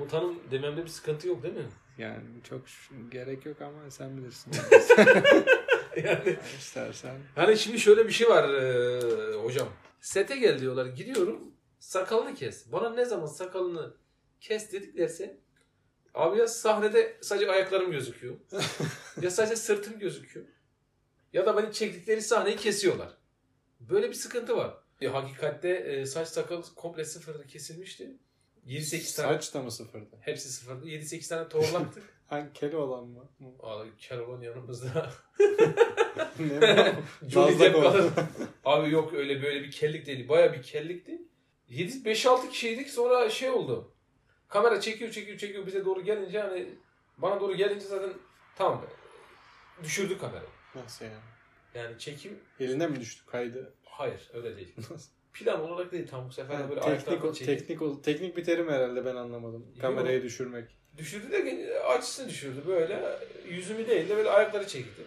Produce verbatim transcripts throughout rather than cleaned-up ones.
komutanım dememde bir sıkıntı yok değil mi? Yani çok gerek yok ama sen bilirsin. Yani istersen. Hani şimdi şöyle bir şey var e, hocam. Sete gel diyorlar. Gidiyorum. Sakalını kes. Bana ne zaman sakalını kes dediklerse abi ya sahnede sadece ayaklarım gözüküyor. Ya sadece sırtım gözüküyor. Ya da beni çektikleri sahneyi kesiyorlar. Böyle bir sıkıntı var. E, hakikatte e, saç sakal komple sıfırda kesilmişti. yedi sekiz tane. Saç da mı sıfırda? Hepsi sıfırda. yedi sekiz tane toğurlaktık. Hangi keli olan mı? Abi kel olan yanımızda. Ne bu? Johnny Depp kalır. Abi yok öyle böyle bir kellik değil. Baya bir kellikti. yedi beş altı kişiydik, sonra şey oldu. Kamera çekiyor çekiyor çekiyor bize doğru gelince hani bana doğru gelince zaten tamam düşürdü kamerayı. Nasıl yani? Yani çekim... Elinden mi düştü kaydı? Hayır öyle değil. Plan olarak değil tam bu sefer Yani böyle teknik, o, teknik, o, teknik bir terim herhalde ben anlamadım. Kamerayı Yok. düşürmek. Düşürdü de açısını düşürdü böyle. Yüzümü değil de böyle ayakları çekti.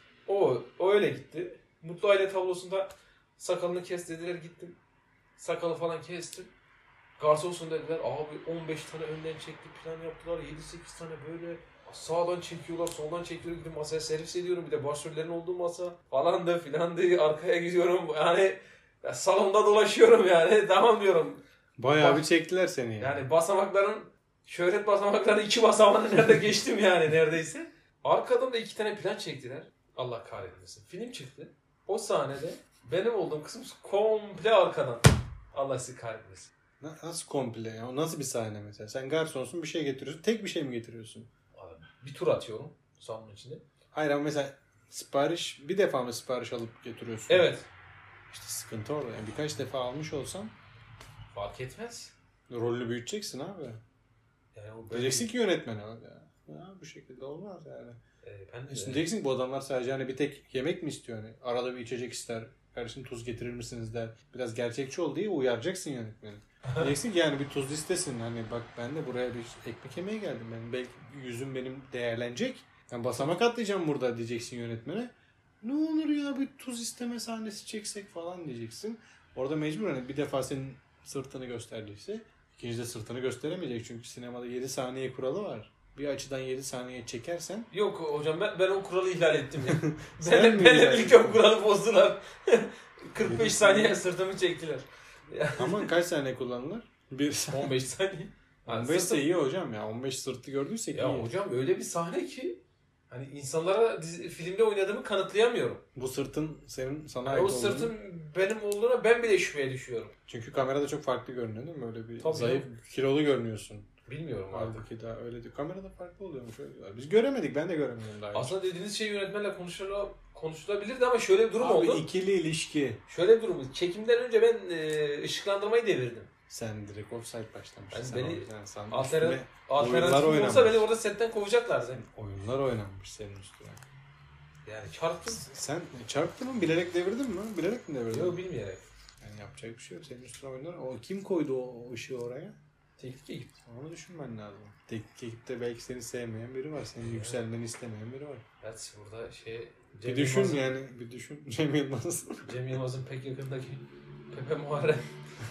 O, o öyle gitti. Mutlu aile tablosunda sakalını kes dediler, gittim. Sakalı falan kestim. Garsonsun dediler. Abi on beş tane önden çekti, plan yaptılar. yedi sekiz tane böyle sağdan çekiyorlar, soldan çekiyorlar. Gidip masaya servis ediyorum. Bir de başrollerin olduğu masa falan da filan diye arkaya gidiyorum. Yani ya, salonda dolaşıyorum yani. Tamam diyorum. Bayağı Bak, bir çektiler seni yani. Yani basamakların, şöhret basamakları iki basamağını nerede geçtim yani neredeyse. Arkadan da iki tane plan çektiler. Allah kahretmesin. Film çıktı. O sahnede benim olduğum kısım komple arkadan. Allah sizi kahretmesin. Nasıl komple ya? Nasıl bir sahne mesela? Sen garsonsun, bir şey getiriyorsun. Tek bir şey mi getiriyorsun? Abi, bir tur atıyorum salonun içinde. Hayır ama mesela sipariş, bir defa mı sipariş alıp getiriyorsun? Evet. İşte sıkıntı orada. Yani birkaç defa almış olsam fark etmez. Rolünü büyüteceksin abi. Yani o diyeceksin ki yönetmen abi ya. Ya bu şekilde olmaz yani. Ee, ben de Şimdi diyeceksin ki bu adamlar sadece hani bir tek yemek mi istiyor hani? Arada bir içecek ister. Kardeşim tuz getirir misiniz der. Biraz gerçekçi ol diye uyaracaksın yönetmeni. Diyeceksin ki yani bir tuz listesin. Hani bak ben de buraya bir ekmek yemeye geldim. Ben belki yüzüm benim değerlenecek. Ben basamak atlayacağım burada diyeceksin yönetmene. Ne olur ya bir tuz isteme sahnesi çeksek falan diyeceksin. Orada mecbur hani bir defa senin sırtını gösterdiyse ikinci de sırtını gösteremeyecek. Çünkü sinemada yedi saniye kuralı var. Bir açıdan yedi saniye çekersen... Yok hocam ben, ben o kuralı ihlal ettim ya. ben benle birlikte o kuralı bozdular. kırk beş saniye sırtımı çektiler. Ama kaç saniye kullanılır? Bir on beş saniye. on beş ise iyi hocam ya. on beş sırtı gördüysek ya iyi. Hocam öyle bir sahne ki hani insanlara dizi, filmde oynadığımı kanıtlayamıyorum. Bu sırtın senin sana yani ait o olduğunu... sırtın benim olduğuna ben bile şüpheye düşüyorum. Çünkü kamerada çok farklı görünüyor değil mi? Öyle bir Tabii zayıf, canım. kilolu görünüyorsun. Bilmiyorum abi. Halbuki daha öyle değil. Kamerada farklı oluyormuş öyle diyorlar. Biz göremedik. Ben de göremiyorum daha. Aslında dediğiniz şey yönetmenle konuşula, konuşulabilirdi ama şöyle bir durum abi, oldu. Abi ikili ilişki. Şöyle bir durum oldu. Çekimden önce ben e, ışıklandırmayı devirdim. Sen direkt offside başlamışsın. Yani sen beni yani alternatif oyunlar olsa beni orada setten kovacaklardı. Oyunlar oynanmış senin üstüne. Yani çarptım. Sen çarptın mı? Bilerek devirdin mi? Bilerek mi devirdin? Yok bilmeyerek. Yani yapacak bir şey yok. Senin üstüne oyunlar. O kim koydu o, o ışığı oraya? Teknik ekip. Onu düşünmen lazım. Teknik ekipte belki seni sevmeyen biri var. Senin yükselmeni istemeyen biri var. Evet burada şey... Cem bir düşün Yılmaz'ın, yani. Bir düşün. Cem Yılmaz. Cem Yılmaz'ın pek yakındaki Pepe Muharrem.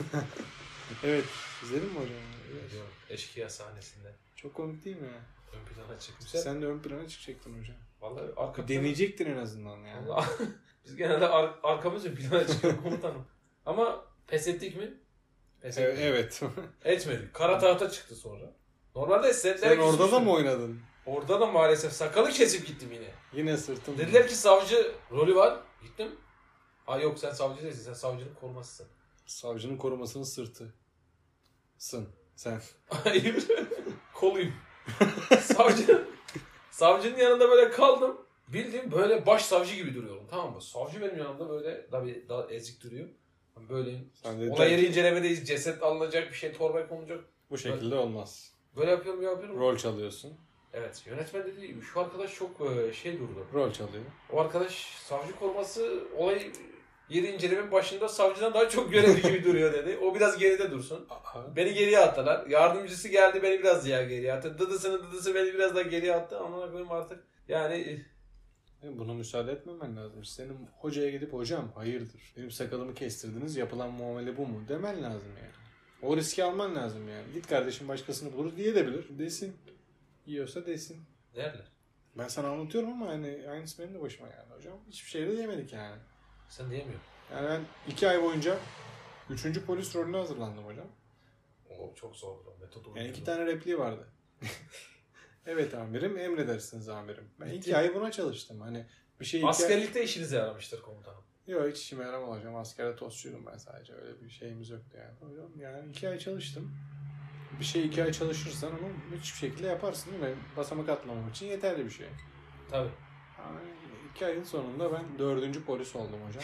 Evet. İzledin mi hocam? Evet. Eşkıya sahnesinde. Çok komik değil mi ya? Ön plana çıkmış. Sen de ön plana çıkacaktın hocam. Vallahi arka deneyecektin en azından yani. Vallahi biz genelde ar- arkamız ön plana çıkıyor komutanım. Ama pes ettik mi? Pes ettik. Evet. Etmedik. Kara tahta çıktı sonra. Normalde setlere Sen orada da mı oynadın? Orada da maalesef sakalı kesip gittim yine. Yine sırtım. Dediler ki savcı rolü var. Gittim. Ha yok sen savcı değilsin. Sen savcının korumasısın. Savcının korumasının sırtı. Sın. Sen. Hayır. Koluyum. Savcı. Savcının yanında böyle kaldım. Bildiğim böyle baş savcı gibi duruyorum. Tamam mı? Savcı benim yanımda böyle tabii daha ezik duruyor. Böyleyim. Olay yeri incelemedeyiz. Ceset alınacak, bir şey torbaya konulacak. Bu şekilde böyle olmaz. Böyle yapıyorum, yapıyorum. Rol çalıyorsun. Evet. Yönetmen dedi şu arkadaş çok şey durdu. Rol çalıyor. O arkadaş savcı koruması olay yeri incelemenin başında savcıdan daha çok görevli gibi duruyor dedi. O biraz geride dursun. Aha. Beni geriye attılar. Yardımcısı geldi beni biraz daha geriye attı. Dıdısının dıdısı beni biraz daha geriye attı. Amına koyayım artık. Yani buna müsaade etmemen lazım. Senin hocaya gidip hocam hayırdır? Benim sakalımı kestirdiniz. Yapılan muamele bu mu? Demen lazım yani. O riski alman lazım yani. Git kardeşim başkasını bulur diye de bilir. Desin. Yiyorsa desin. Derler. Ben sana anlatıyorum ama hani aynısı benim de başıma geldi hocam. Hiçbir şey de yemedik yani. Sen diyemiyorsun. Yani ben iki ay boyunca üçüncü polis rolüne hazırlandım hocam. O çok zor. Metodu Yani iki tane repliği vardı. Evet amirim, emredersiniz amirim. Ben iki ay buna çalıştım. Hani bir şey iki Askerlikte ay... işinize yaramıştır komutanım. Yok hiç işime yaramaz hocam. Askerde tostçuydum ben sadece. Öyle bir şeyimiz yoktu yani. Hocam yani iki ay çalıştım. Bir şey iki ay çalışırsan onu hiçbir şekilde yaparsın değil mi? Basamak atmamam için yeterli bir şey. Tabii. Yani iki ayın sonunda ben dördüncü polis oldum hocam.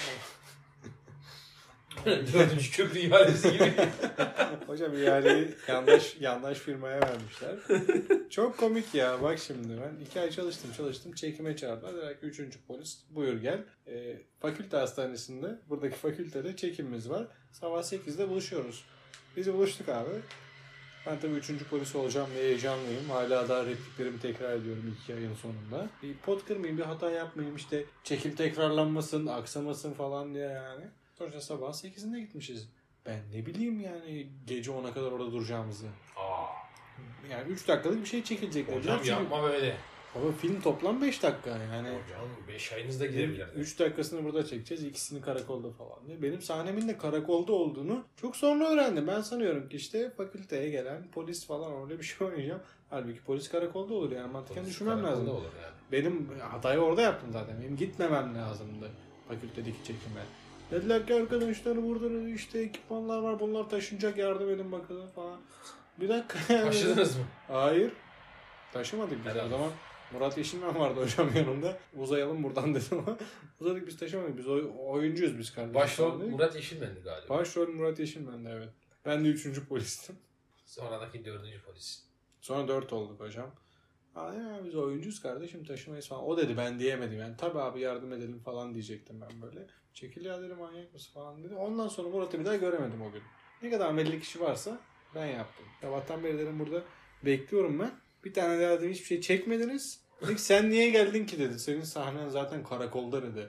Dördüncü köprü ihalesi gibi. Hocam ihaleyi yanlış, yanlış firmaya vermişler. Çok komik ya. Bak şimdi ben iki ay çalıştım çalıştım. Çekime çağırdılar. Dediler ki üçüncü polis buyur gel. E, fakülte hastanesinde buradaki fakültede çekimimiz var. Sabah sekizde buluşuyoruz. Biz buluştuk abi. Ben tabii üçüncü polis olacağım diye heyecanlıyım. Hala daha repliklerimi tekrar ediyorum iki ayın sonunda. Bir pot kırmayayım, bir hata yapmayayım, işte çekim tekrarlanmasın, aksamasın falan diye yani. Sonra sabah sekizinde gitmişiz. Ben ne bileyim yani gece ona kadar orada duracağımızı. Aa. Yani üç dakikalık bir şey çekilecek. Hocam çünkü... yapma böyle. Baba film toplam beş dakika yani. Hocam beş ayınızda gidebilirdi. üç dakikasını burada çekeceğiz, ikisini karakolda falan diye. Benim sahnemin de karakolda olduğunu çok sonra öğrendim. Ben sanıyorum ki işte fakülteye gelen polis falan öyle bir şey oynayacağım. Halbuki polis karakolda olur yani. Mantıken düşünmem lazım. Olur yani. Benim hatayı orada yaptım zaten. Benim gitmemem lazımdı fakültedeki çekime. Dediler ki arkadaşlar burada işte ekipmanlar var, bunlar taşınacak, yardım edin bakalım falan. Bir dakika yani. Taşıdınız mı? Hayır. Taşımadık biz. Herhalde. O zaman Murat Yeşilmen vardı hocam yanımda. Uzayalım buradan dedim ama uzadık, biz taşımadık. Biz oy- oyuncuyuz biz kardeşim. Başrol Murat Yeşilmen'di galiba. Başrol Murat Yeşilmen'di evet. Ben de üçüncü polistim. Sonradaki dördüncü polis. Sonra dört olduk hocam. Aa ya biz oyuncuyuz kardeşim, taşımayız falan. O dedi, ben diyemedim yani. Tabii abi yardım edelim falan diyecektim ben böyle. Çekil ya dedim, manyak mısın falan dedi. Ondan sonra Murat'ı bir daha göremedim o gün. Ne kadar amelli kişi varsa ben yaptım. Sabahtan beri dedim burada bekliyorum ben. Bir tane daha dedim hiçbir şey çekmediniz. Dedik sen niye geldin ki dedi. Senin sahnen zaten karakolda dedi.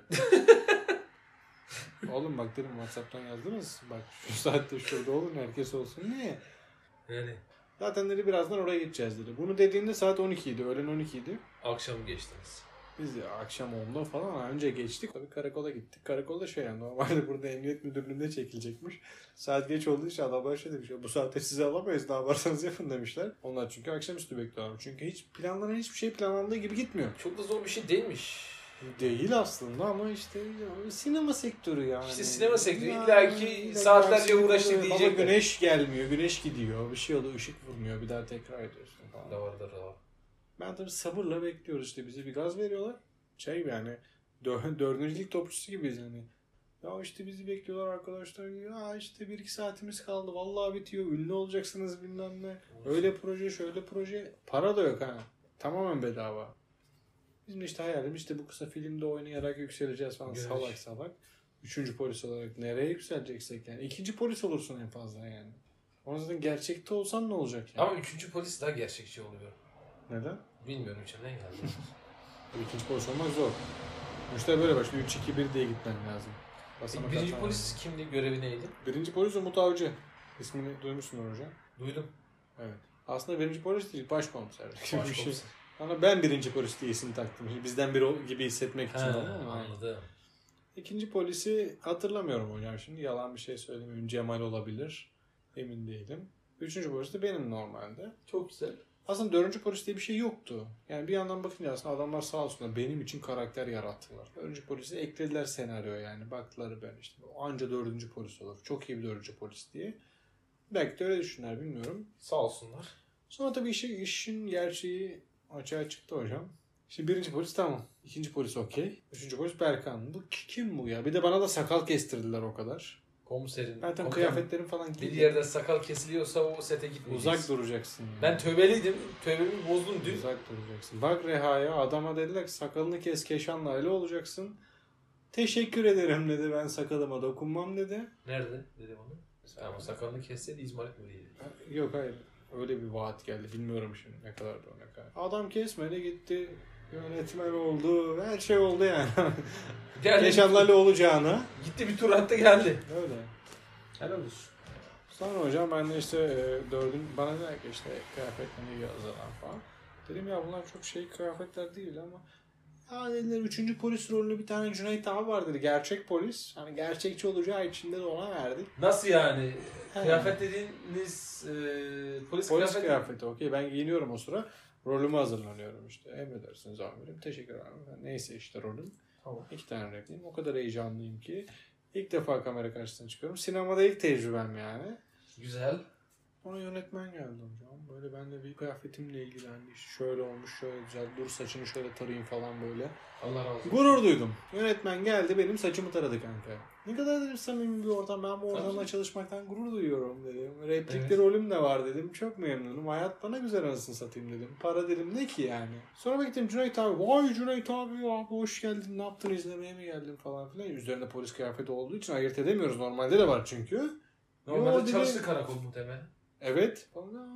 Oğlum bak dedim WhatsApp'tan yazdınız. Bak şu saatte şurada olun, herkes olsun. Niye? Yani. Zaten dedi birazdan oraya gideceğiz dedi. Bunu dediğinde saat on iki idi. Öğlen on iki idi. Akşam geçtiniz. Biz de akşam onda falan önce geçtik. Tabii karakola gittik. Karakolda şey yani normalde burada emniyet müdürlüğünde çekilecekmiş. Saat geç olduğu için adamlar şey demiş. Bu saatte sizi alamayız, ne yaparsanız yapın demişler. Onlar çünkü akşamüstü bekliyorlar. Çünkü hiç planlanan hiçbir şey planlandığı gibi gitmiyor. Çok da zor bir şey değilmiş. Değil aslında ama işte ya, sinema sektörü yani. İşte sinema sektörü Ya, illaki illa saatlerce sinema uğraştı oluyor. diyecekler. Baba güneş gelmiyor, güneş gidiyor. Bir şey oluyor, ışık vurmuyor. Bir daha tekrar ediyorsun falan. Doğrudur doğru. Ben tabii sabırla bekliyoruz işte, bize bir gaz veriyorlar. Şey yani dördüncü lig topçusu gibiyiz yani. Ya işte bizi bekliyorlar arkadaşlar. Ya işte bir iki saatimiz kaldı. Vallahi bitiyor. Ünlü olacaksınız bilmem ne. Öyle proje şöyle proje. Para da yok ha. Tamamen bedava. Bizim işte hayalimiz işte bu kısa filmde oynayarak yükseleceğiz falan. Güneş. Salak salak. Üçüncü polis olarak nereye yükseleceksek yani. İkinci polis olursun en fazla yani. O yüzden gerçekte olsan ne olacak yani. Ama üçüncü polis daha gerçekçi oluyor. Neden? Bilmiyorum içinden geldi. İkinci polis olmak zor. İşte böyle başlıyor. üç iki bir diye gitmen lazım. Basamak Birinci atman polis lazım. kimdi? Görevi neydi? Birinci polis Umut Avcı. İsmini duymuşsunuz hocam. Duydum. Evet. Aslında birinci polis değil, başkomiser. Başkomiser. Bir şey. Ama ben birinci polis diye isim taktım. Bizden biri gibi hissetmek için. He, Ama anladım. İkinci polisi hatırlamıyorum hocam şimdi. Yalan bir şey söylemeyeyim. Cemal olabilir. Emin değilim. Üçüncü polis de benim normalde. Çok güzel. Aslında dördüncü polis diye bir şey yoktu. Yani bir yandan bakınca aslında adamlar sağ olsunlar benim için karakter yarattılar. Dördüncü polisi eklediler senaryoya yani. Baktılar ben işte anca dördüncü polis olur. Çok iyi bir dördüncü polis diye. Belki de öyle düşünler bilmiyorum. Sağ olsunlar. Sonra tabii işi, işin gerçeği açığa çıktı hocam. Şimdi birinci polis tamam. İkinci polis okey. Üçüncü polis Berkan. Bu kim bu ya? Bir de bana da sakal kestirdiler o kadar. Komiserin. Zaten komutan- kıyafetlerim falan Bir giydim. yerde sakal kesiliyorsa o sete gitmeyeceğiz. Uzak duracaksın. Yani. Ben tövbeliydim. Tövbemi bozdum dün. Uzak duracaksın. Bak Reha'ya adama dediler ki sakalını kes Keşan'la öyle olacaksın. Teşekkür ederim dedi, ben sakalıma dokunmam dedi. Nerede? Dedim onu. Ama sakalını kesseydi izmarit mi diyeydi? Yok hayır. Öyle bir vaat geldi. Bilmiyorum şimdi ne kadar da ne kadar. Adam kesmedi gitti. Yönetmen oldu. Her şey oldu yani. Geldi, Keşan'la olacağına. gitti bir tur attı geldi. Öyle. Helal olsun. Sonra hocam ben de işte e, dördün bana der ki işte kıyafetlerini yazılan falan. Dedim ya bunlar çok şey kıyafetler değil ama ya dediler üçüncü polis rolünü bir tane Cüneyt abi var dedi. Gerçek polis. Hani gerçekçi olacağı için de ona verdik. Nasıl yani? He. Kıyafet dediğiniz e, polis, Polis kıyafeti. kıyafeti okey. Ben giyiniyorum o sıra. Rolüme hazırlanıyorum işte. Emredersiniz amirim. Teşekkür ederim. Neyse işte rolüm. Tamam. İki tane repliğim. O kadar heyecanlıyım ki. İlk defa kamera karşısına çıkıyorum. Sinemada ilk tecrübem yani. Güzel. Ona yönetmen geldi hocam. Böyle ben de bir kıyafetimle ilgilendi. İşte şöyle olmuş, şöyle güzel. Dur saçını şöyle tarayayım falan böyle. Allah razı olsun. Gurur duydum. Yönetmen geldi benim saçımı taradı kanka. Ne kadar dedim samimi bir ortam. Ben bu ortamda Tabii. çalışmaktan gurur duyuyorum dedim. Replikte Evet. rolüm de var dedim. Çok memnunum. Hayat bana güzel anasını satayım dedim. Para dedim ne ki yani. Sonra gittim Cüneyt abi. Vay Cüneyt abi ya hoş geldin. Ne yaptın izlemeye mi geldin falan filan. Üzerinde polis kıyafeti olduğu için ayırt edemiyoruz. Normalde de var çünkü. Normalde Yo, çalıştı dedi- karakol muhtemelen. Evet.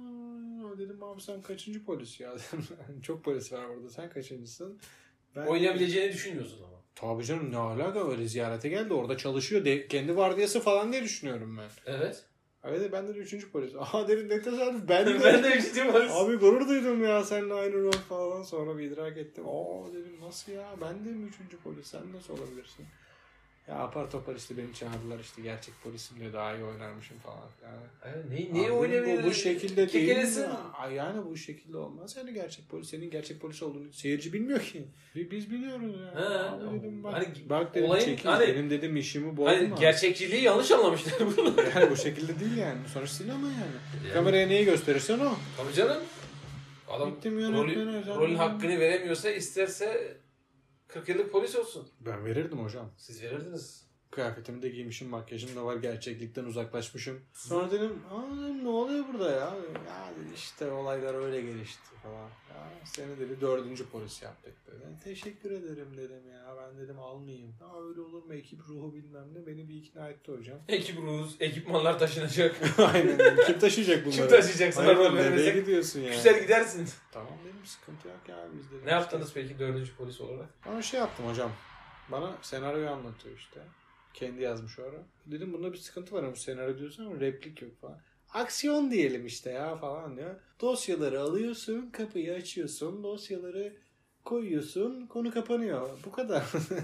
Aa, dedim abi sen kaçıncı polis ya? Çok polis var orada. Sen kaçıncısın? Ben... Oynayabileceğini düşünüyorsun ama. Tabii canım ne alaka öyle ziyarete geldi orada çalışıyor. De, kendi vardiyası falan diye düşünüyorum ben. Evet. Evet ben de üçüncü polis. Aha dedim ne tesadüf ben de. ben de üçüncü polis. Abi gurur duydum ya seninle aynı rol falan. Sonra bir idrak ettim. Aa dedim nasıl ya ben de mi üçüncü polis sen nasıl olabilirsin? Ya apar topar işte beni çağırdılar işte gerçek polisim diye daha iyi oynarmışım falan. Yani, Yani ne, neyi Abi oynayabilir? Bu, bu şekilde değil Kekelesin. ya. Ay yani bu şekilde olmaz. Yani gerçek polis, senin gerçek polis olduğunu seyirci bilmiyor ki. Biz, biz biliyoruz ya. He, Abi dedim bak, hani bak dedim olayın- çekil. hani- Benim dedim işimi bozma. Hani gerçekçiliği yanlış anlamışlar bunu. Yani bu şekilde değil yani. Sonuç sinema yani. Yani- Kameraya neyi gösterirsen o. Tabii canım. Adam Gittim rolü, yönetmene. sen- rolün hakkını veremiyorsa isterse kırk yıllık polis olsun. Ben verirdim hocam. Siz verirdiniz. Kıyafetimi de giymişim, makyajım da var, gerçeklikten uzaklaşmışım. Sonra dedim, aa dedim, ne oluyor burada ya? Ya dedi, işte olaylar öyle gelişti falan. Ya seni dedi dördüncü polis yaptık dedi. Teşekkür ederim dedim ya. Ben dedim almayayım. Aa öyle olur mu? Ekip ruhu bilmem ne. Beni bir ikna etti hocam. Ekip ruhuz, ekipmanlar taşınacak. Aynen. Kim taşıyacak bunları? Kim taşıyacak sana Aynen, rol nereye vermesek? gidiyorsun ya? Küser gidersin. Tamam dedim sıkıntı yok ya biz dedim. Ne yaptınız peki dördüncü polis olarak? Bana şey yaptım hocam. Bana senaryoyu anlatıyor işte. Kendi yazmış o ara. Dedim bunda bir sıkıntı var ama senaryo diyorsun ama replik yok falan. Aksiyon diyelim işte ya falan diyor. Dosyaları alıyorsun, kapıyı açıyorsun, dosyaları koyuyorsun, konu kapanıyor. Bu kadar.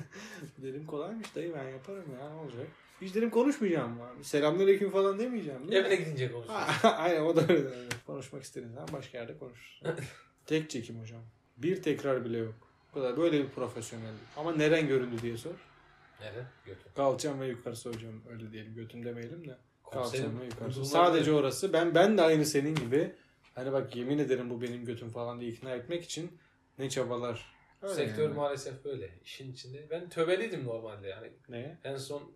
Dedim kolaymış dayı ben yaparım ya ne olacak. Hiç dedim konuşmayacağım var. Selamünaleyküm falan demeyeceğim. Değil mi? Evine gidince konuşuruz. Aynen o da öyle. öyle. Konuşmak istediğin zaman başka yerde konuşuruz. Tek çekim hocam. Bir tekrar bile yok. Bu kadar böyle bir profesyonellik. Ama neren göründü diye sor. Nerede? Götür. Kalçam ve yukarısı hocam öyle diyelim. Götüm demeyelim de. Kalçam ve yukarısı. Komiserim, Sadece orası. Ben ben de aynı senin gibi. Hani bak yemin ederim bu benim götüm falan diye ikna etmek için ne çabalar. Öyle Sektör yani. maalesef böyle. İşin içinde. Ben tövbeliydim normalde yani. Ne? En son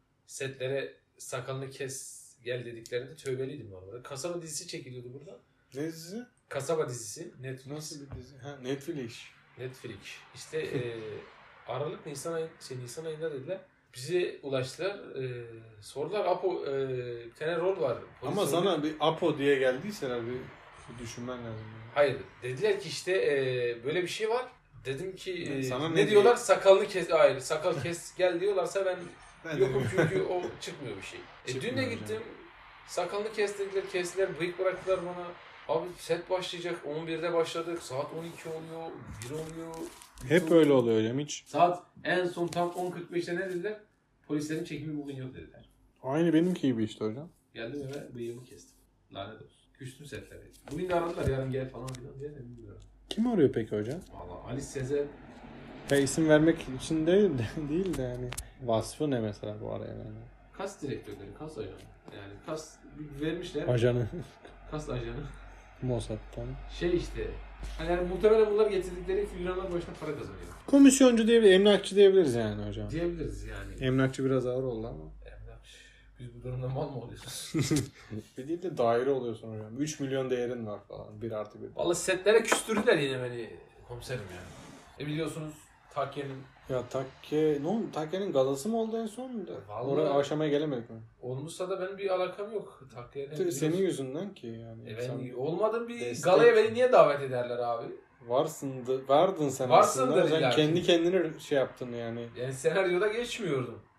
setlere sakalını kes gel dediklerinde tövbeliydim normalde. Kasaba dizisi çekiliyordu burada. Ne dizisi? Kasaba dizisi. Netflix. Nasıl bir dizi? Ha, Netflix. Netflix. İşte e, Aralık Nisan ayı, şey, Nisan ayında dediler. Bize ulaştılar. E, sordular Apo e, bir tane rol var. Polis Ama rolü. sana bir Apo diye geldiyse bir, bir düşünmen lazım. Yani. Hayır. Dediler ki işte e, böyle bir şey var. Dedim ki e, Sana ne, ne diyorlar? diye- Sakalını kes. Hayır. Sakal kes gel diyorlarsa ben Ben yokum de- çünkü o çıkmıyor bir şey. E, dün Çıkmıyor de hocam. gittim. Sakalını kes dediler. Kestiler. Bıyık bıraktılar bana. Abi set başlayacak. on birde başladık. Saat on iki oluyor. bir oluyor. Hep öyle oluyor hocam hiç. Saat en son tam on kırk beşte ne dediler? Polislerin çekimi bugün yok dediler. Aynı benimki gibi işte hocam. Geldim eve bıyığımı kestim. Lanet olsun. Küstüm setlere. Bugün de aradılar yarın gel falan filan diye de bilmiyorum. Kim arıyor peki hocam? Valla Ali Sezer Ya isim vermek için değil de, değil de yani. Vasfı ne mesela bu araya yani? kas direktörleri, kas ajanı. Yani kas vermişler. Ajanı. Kas ajanı. Mossad'tan. Şey işte. Hani yani muhtemelen bunlar getirdikleri figüranlar başına para kazanıyor. Komisyoncu diyebiliriz, emlakçı diyebiliriz yani hocam. Diyebiliriz yani. Emlakçı biraz ağır oldu ama. Emlak. Biz bu durumda mal mı oluyoruz? Bir değil de daire oluyorsun hocam. üç milyon değerin var falan. bir artı bir. Valla setlere küstürdüler yine beni komiserim yani. E biliyorsunuz Takye'nin Ya Takke, ne oldu? Takke'nin galası mı oldu en son? Vallahi- Oraya aşamaya gelemedik mi? olmuşsa da benim bir alakam yok. Takye'nin Senin yüzünden ki yani. E ben Sen olmadım bir destek- galaya beni niye davet ederler abi? varsın, da- vardın sen Varsındır aslında. Sen illa ki. kendi kendine şey yaptın yani. Yani senaryoda geçmiyordum.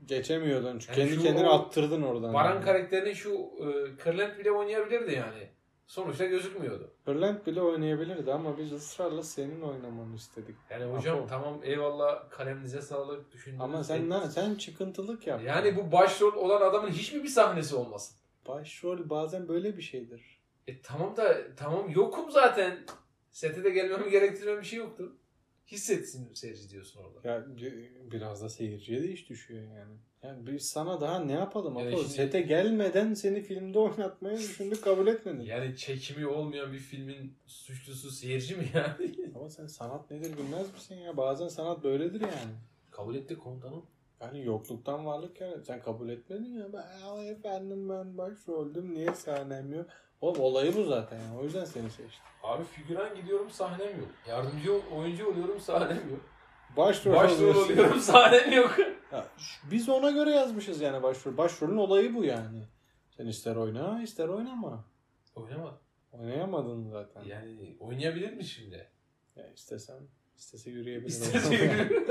Geçemiyordun. Çünkü Yani kendi şu kendini o attırdın oradan. Baran yani. karakterini şu e, Kırlent bile oynayabilirdi yani. Sonuçta gözükmüyordu. Hırlent bile oynayabilirdi ama biz ısrarla senin oynamanı istedik. Yani hocam Apo. tamam eyvallah kaleminize sağlık düşündüğünüz. Ama sen ne, sen çıkıntılık yaptın. Yani bu başrol olan adamın hiç mi bir sahnesi olmasın? Başrol bazen böyle bir şeydir. E tamam da tamam yokum zaten. Sete de gelmemi gerektiren bir şey yoktu. Hissetsin seyirci diyorsun orada. Ya biraz da seyirciye de iş düşüyor yani. Yani biz sana daha ne yapalım? Yani Apo? şimdi- Sete gelmeden seni filmde oynatmayı düşündük, kabul etmedin. Yani çekimi olmayan bir filmin suçlusu seyirci mi yani? Ama sen sanat nedir bilmez misin ya? Bazen sanat böyledir yani. Kabul etti komutanım. Yani yokluktan varlık yani. Sen kabul etmedin ya. Ben, efendim ben başroldüm. Niye sahnem yok? Oğlum olayı bu zaten yani. O yüzden seni seçtim. Abi figüran gidiyorum sahnem yok. Yardımcı oyuncu oluyorum sahnem yok. Başrol, Başrol oluyorum sahnem yok. Ya, biz ona göre yazmışız yani başrol. Başrolün olayı bu yani. Sen ister oyna ister oynama. Oynamadım. Oynayamadın zaten. Yani oynayabilir mi şimdi? Ya istesen, istese yürüyebilir. İstese yürü.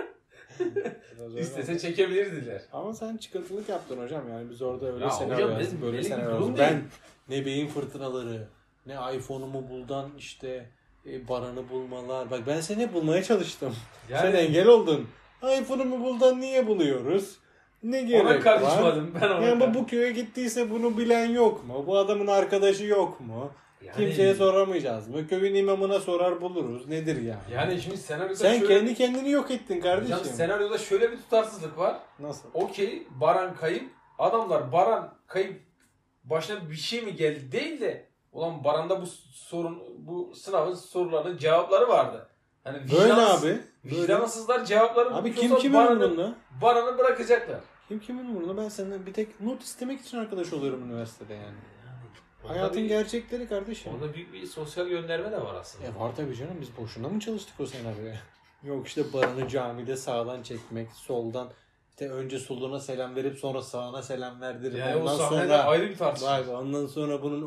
Biraz öyle İstese oldu. çekebilirdiler. Ama sen çıkıntılık yaptın hocam yani biz orada öyle Ya senaryo hocam, yazdık, ben- böyle benim senaryo durum yazdık. değil. Ben ne beyin fırtınaları, ne iPhone'umu buldan işte e, Baran'ı bulmalar. Bak ben seni bulmaya çalıştım. Yani Sen engel oldun. iPhone'umu buldan niye buluyoruz? Ne gerek ona var? karışmadım. Ben ona Yani bu, kar- bu köye gittiyse bunu bilen yok mu? Bu adamın arkadaşı yok mu? Yani- Kimseye soramayacağız mı? Köyün imamına sorar buluruz. Nedir yani? Yani şimdi senaryoda Sen şöyle... kendi kendini yok ettin kardeşim. Hocam senaryoda şöyle bir tutarsızlık var. Nasıl? Okey Baran kayıp. Adamlar Baran kayıp başına bir şey mi geldi değil de ulan Baran'da bu sorun bu sınavın sorularının cevapları vardı. Hani Böyle vicdansız- abi. Böyle. Vicdansızlar cevapları Abi bulmuş kim olsa kimin Baran'ı, umurunda? Baran'ı bırakacaklar. Kim kimin umurunda? Ben senden bir tek not istemek için arkadaş oluyorum üniversitede yani. Orada Hayatın bir- gerçekleri kardeşim. Orada büyük bir sosyal gönderme de var aslında. E var tabii canım, biz boşuna mı çalıştık o senaryoya? Yok işte Baran'ı camide sağdan çekmek, soldan işte önce soluna selam verip sonra sağına selam verdirip Yani o ondan sahnede sonra ayrı bir tartışma. vay be, ondan sonra bunun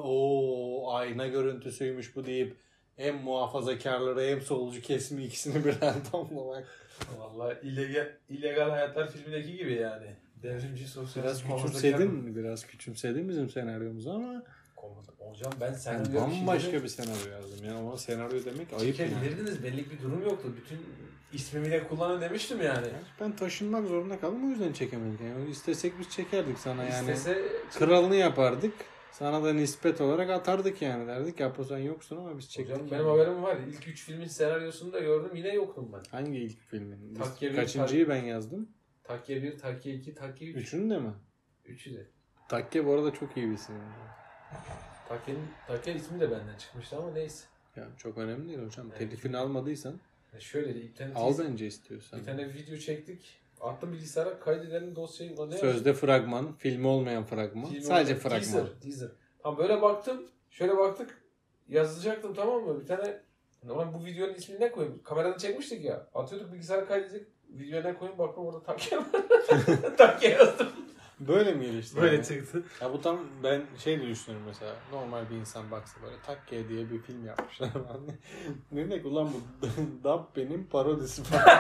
o ayna görüntüsüymüş bu deyip hem muhafazakarları hem solcu kesimi ikisini birden tamlamak. Vallahi illegal, illegal hayatlar filmindeki gibi yani. Devrimci sosyalist Biraz küçümsedin mi? Biraz küçümsedin bizim senaryomuzu ama Hocam ben ben senaryo bambaşka bir senaryo yazdım ya. Ama senaryo demek ayıp yani. çekebilirdiniz. Belli bir durum yoktu. Bütün ismimi de kullanın demiştim yani. Ben taşınmak zorunda kaldım, o yüzden çekemedik. Yani istesek biz çekerdik sana yani. İstese Kralını yapardık. Sana da nispet olarak atardık yani. Derdik ya sen yoksun ama biz çektik. hocam yani. benim haberim var. İlk üç filmin senaryosunu da gördüm. Yine yoktum ben. Hangi ilk filmin? Biz Takye bir, kaçıncıyı ben yazdım? Takye bir, Takye iki, Takye üç. Üçünü de mi? Üçü de. Takke bu arada çok iyi bir isim. yani. Takye'nin, Takye ismi de benden çıkmıştı ama neyse. Ya çok önemli değil hocam. Evet. Telifini almadıysan Yani şöyle de ilk tane, al teaser- bence istiyorsan. bir tane video çektik. Attım bilgisayara kaydedelim dosyayı. Ulan ne Sözde fragman, filmi olmayan fragman. Film Sadece olmayan- fragman. Teaser, teaser. Tam böyle baktım. Şöyle baktık. Yazacaktım tamam mı? Bir tane normal bu videonun ismini ne koyayım? Kameradan çekmiştik ya. Atıyorduk bilgisayara kaydedecek. Videoya ne koyayım? Baktım orada Takye var. Takye yazdım. Böyle mi gelişti? Böyle yani? çıktı. Ya bu tam ben şey de düşünüyorum mesela. Normal bir insan baksa böyle Takke diye bir film yapmışlar. Ne demek ulan bu Dabbe'nin parodisi falan.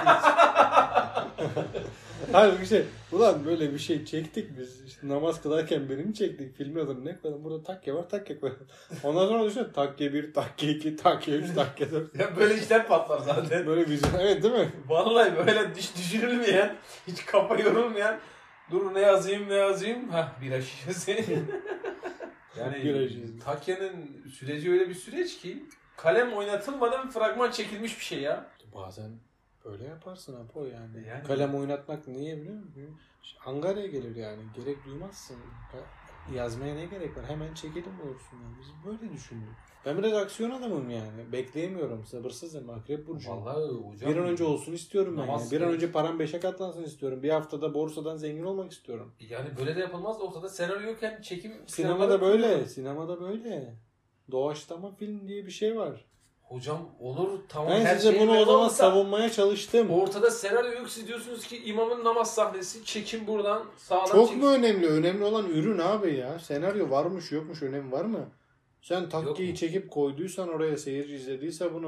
Halbuki şey ulan böyle bir şey çektik biz. İşte namaz kılarken birini çektik. Filmin adını ne koyalım? Burada Takke var, Takke koyalım. Ondan sonra düşünün Takke bir, Takke iki, Takke üç, Takke dört. Ya böyle işler patlar zaten. Böyle vizyon. Evet değil mi? Vallahi böyle düş düşünülmeyen, hiç kafa yorulmayan. Dur ne yazayım ne yazayım? Hah bira şişesi. Yani Bira şişesi. Takye'nin süreci öyle bir süreç ki kalem oynatılmadan fragman çekilmiş bir şey ya. Bazen böyle yaparsın Apo yani. Yani- Kalem oynatmak niye biliyor musun? Angarya gelir yani. Gerek duymazsın. Yazmaya ne gerek var? Hemen çekelim olursun yani. Biz böyle düşünüyoruz. Ben biraz aksiyon adamım yani. Bekleyemiyorum. Sabırsızım. Akrep burcuyum. Vallahi hocam. Bir an önce olsun istiyorum ben Namaz yani. Bir an kıl. önce param beşe katlansın istiyorum. Bir haftada borsadan zengin olmak istiyorum. Yani böyle de yapılmaz da ortada senaryo yokken çekim... Sinemada böyle. Sinemada böyle. Doğaçlama film diye bir şey var. Hocam olur tamam Ben her size şey bunu o eyvallah zaman da savunmaya çalıştım. ortada senaryo yok siz diyorsunuz ki imamın namaz sahnesi çekim buradan sağdan Çok çekim. mu önemli? Önemli olan ürün abi ya. Senaryo varmış yokmuş önemi var mı? Sen takkiyi mu? çekip koyduysan oraya seyirci izlediyse bunu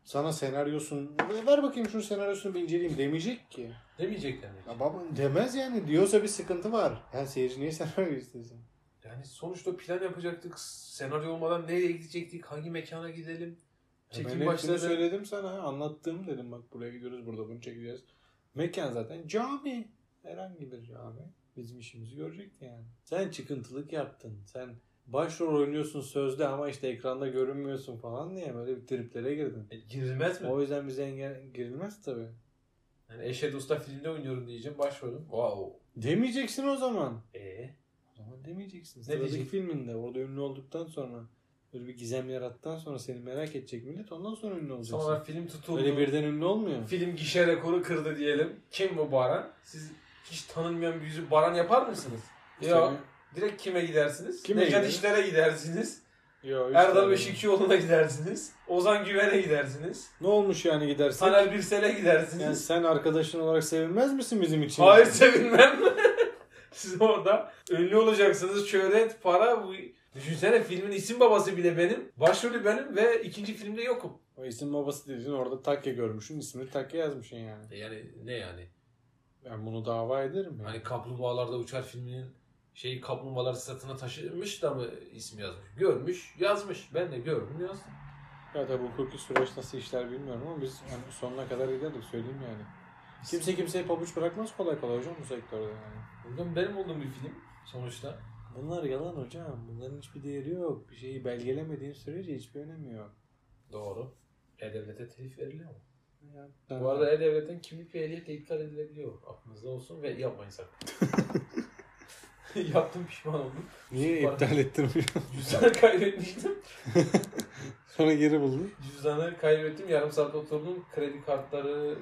sana senaryosun ver bakayım şunun senaryosunu bir inceleyeyim demeyecek ki. Demeyecek demek. Ya baba demez yani. Diyorsa bir sıkıntı var. Yani seyirci niye senaryo istesin? Yani sonuçta plan yapacaktık. Senaryo olmadan nereye gidecektik? Hangi mekana gidelim? Çekim ben hepsini söyledim sana. Anlattığım dedim bak buraya gidiyoruz burada bunu çekeceğiz. Mekan zaten cami. Herhangi bir cami. Bizim işimizi görecekti yani. Sen çıkıntılık yaptın. Sen başrol oynuyorsun sözde ama işte ekranda görünmüyorsun falan diye böyle bir triplere girdin. E, girilmez mi? O yüzden bize engel girilmez tabii. Yani Eşhedü Usta filmde oynuyorum diyeceğim başrolüm. Wow. Demeyeceksin o zaman. Eee? O zaman demeyeceksin. Ne Sıradaki diyecek? filminde orada ünlü olduktan sonra böyle bir gizem yarattıktan sonra seni merak edecek millet ondan sonra ünlü olacaksın. Sonra film tutuldu. Öyle birden ünlü olmuyor. Film gişe rekoru kırdı diyelim. Kim bu Baran? Siz hiç tanınmayan bir yüzü Baran yapar mısınız? İşte Yok. mi? Direkt kime gidersiniz? Kime Necat gideriz? İşler'e gidersiniz. Yo, Erdal işte Beşikçioğlu'na gidersiniz. Ozan Güven'e gidersiniz. ne olmuş yani gidersen? Taner Birsel'e gidersiniz. Yani sen arkadaşın olarak sevilmez misin bizim için? Hayır sevinmem. Siz orada ünlü olacaksınız. Şöhret, para. Bu... Düşünsene filmin isim babası bile benim. Başrolü benim ve ikinci filmde yokum. O isim babası dediğin orada takke görmüşsün. İsmini takke yazmışsın yani. Yani ne yani? Ben bunu dava ederim yani. Hani Kaplumbağalarda Uçar filminin şeyi kaplumbağalar sırtına taşımış da mı isim yazmış? Görmüş, yazmış. Ben de gördüm, yazdım. Ya tabi hukuki süreç nasıl işler bilmiyorum ama biz yani sonuna kadar giderdik söyleyeyim yani. Kimse kimseye pabuç bırakmaz kolay kolay hocam bu sektörde yani. Bundan benim olduğum bir film sonuçta. Bunlar yalan hocam. Bunların hiçbir değeri yok. Bir şeyi belgelemediğin sürece hiçbir önemi yok. Doğru. E-Devlet'e telif veriliyor mu? Yani, Bu arada E-Devlet'ten kimlik ve ehliyet de iptal edilebiliyor. Aklınızda olsun ve yapmayın sakın. Yaptım pişman oldum. niye Para- iptal ettin hocam? Cüzdanı kaybetmiştim. Sonra geri buldun. Cüzdanı kaybettim. Yarım saat oturdum. Kredi kartları,